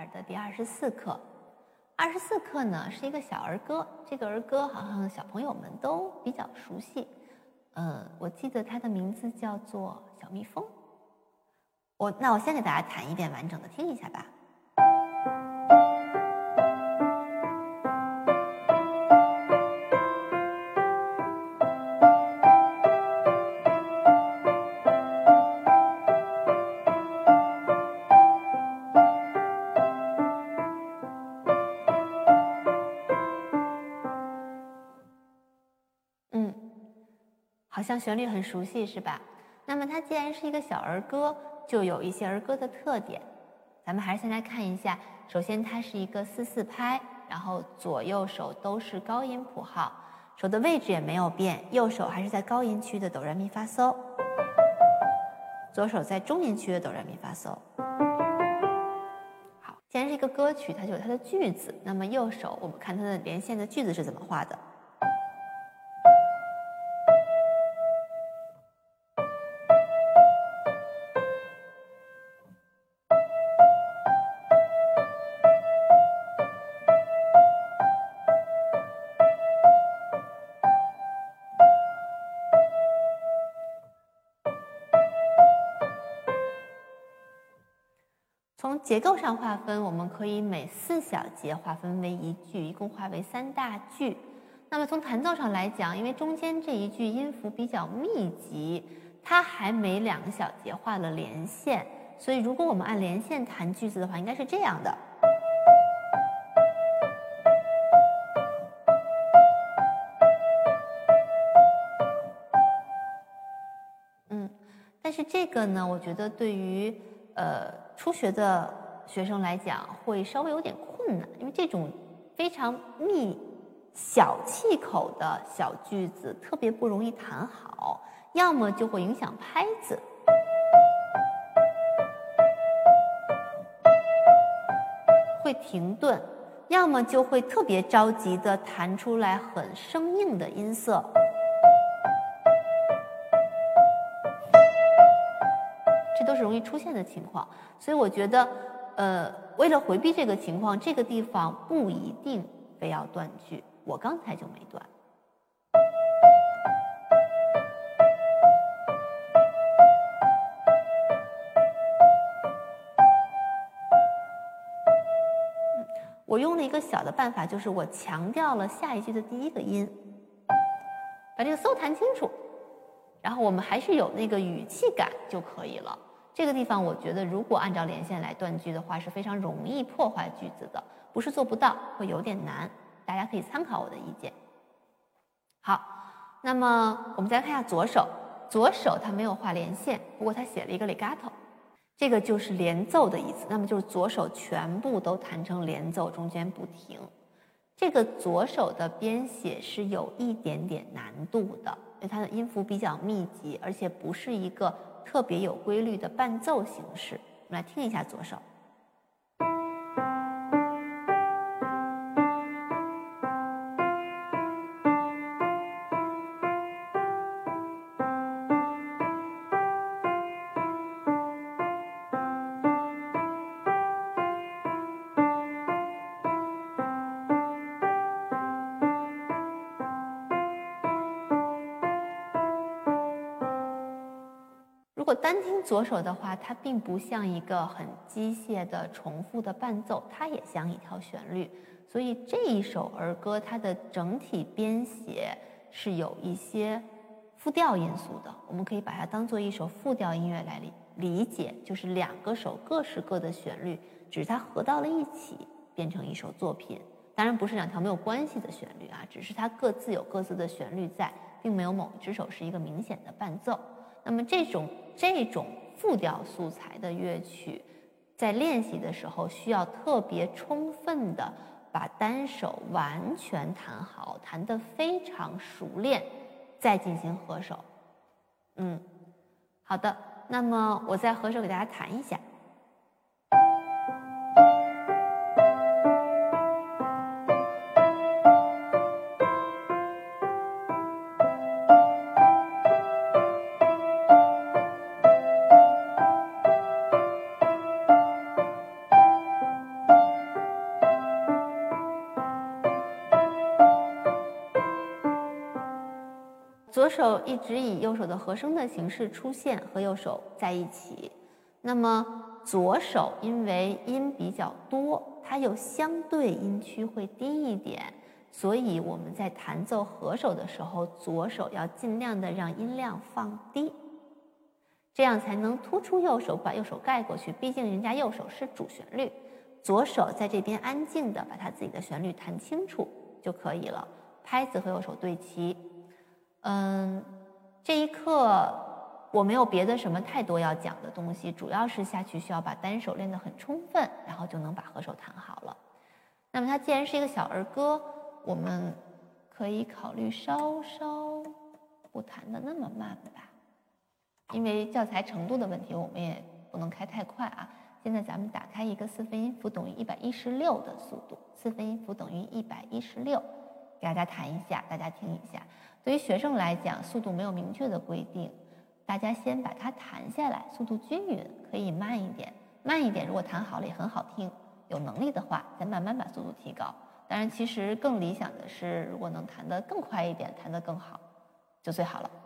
尔的第24课。24课呢是一个小儿歌，这个儿歌好像小朋友们都比较熟悉。我记得它的名字叫做《小蜜蜂》。那我先给大家弹一遍完整的，听一下吧。好像旋律很熟悉是吧？那么它既然是一个小儿歌，就有一些儿歌的特点。咱们还是先来看一下。首先它是一个4/4拍，然后左右手都是高音谱号，手的位置也没有变，右手还是在高音区的哆来咪发嗦，左手在中音区的哆来咪发嗦。好，既然是一个歌曲，它就有它的句子，那么右手我们看它的连线的句子是怎么画的。从结构上划分，我们可以每4小节划分为一句，一共划为3大句。那么从弹奏上来讲，因为中间这一句音符比较密集，它还每2个小节画了连线，所以如果我们按连线弹句子的话，应该是这样的。但是这个呢，我觉得对于初学的学生来讲会稍微有点困难，因为这种非常小气口的小句子特别不容易弹好，要么就会影响拍子，会停顿，要么就会特别着急的弹出来很生硬的音色。这都是容易出现的情况，所以我觉得，为了回避这个情况，这个地方不一定非要断句。我刚才就没断。我用了一个小的办法，就是我强调了下一句的第1个音，把这个嗦弹清楚，然后我们还是有那个语气感就可以了。这个地方我觉得如果按照连线来断句的话，是非常容易破坏句子的，不是做不到，会有点难，大家可以参考我的意见。好，那么我们再来看一下左手。左手它没有画连线，不过它写了一个 legato， 这个就是连奏的意思，那么就是左手全部都弹成连奏，中间不停。这个左手的编写是有一点点难度的，因为它的音符比较密集，而且不是一个特别有规律的伴奏形式。我们来听一下左手。如果单听左手的话，它并不像一个很机械的重复的伴奏，它也像一条旋律。所以这一首儿歌它的整体编写是有一些复调因素的，我们可以把它当做一首复调音乐来理解，就是2个手各是各的旋律，只是它合到了一起变成一首作品。当然不是2条没有关系的旋律啊，只是它各自有各自的旋律在，并没有某一只手是一个明显的伴奏。那么这种复调素材的乐曲，在练习的时候需要特别充分的把单手完全弹好，弹得非常熟练，再进行合手。好的，那么我再合手给大家弹一下。 左手一直以右手的和声的形式出现，和右手在一起。那么左手因为音比较多，它又相对音区会低一点，所以我们在弹奏和手的时候，左手要尽量的让音量放低，这样才能突出右手，把右手盖过去。毕竟人家右手是主旋律，左手在这边安静的把他自己的旋律弹清楚就可以了。拍子和右手对齐。这一课我没有别的什么太多要讲的东西，主要是下去需要把单手练得很充分，然后就能把和手弹好了。那么它既然是一个小儿歌，我们可以考虑稍稍不弹得那么慢吧，因为教材程度的问题，我们也不能开太快啊。现在咱们打开一个4分音符等于116的速度，4分音符等于116，给大家弹一下，大家听一下。对于学生来讲，速度没有明确的规定，大家先把它弹下来，速度均匀，可以慢一点，慢一点，如果弹好了也很好听。有能力的话，再慢慢把速度提高。当然，其实更理想的是，如果能弹得更快一点，弹得更好，就最好了。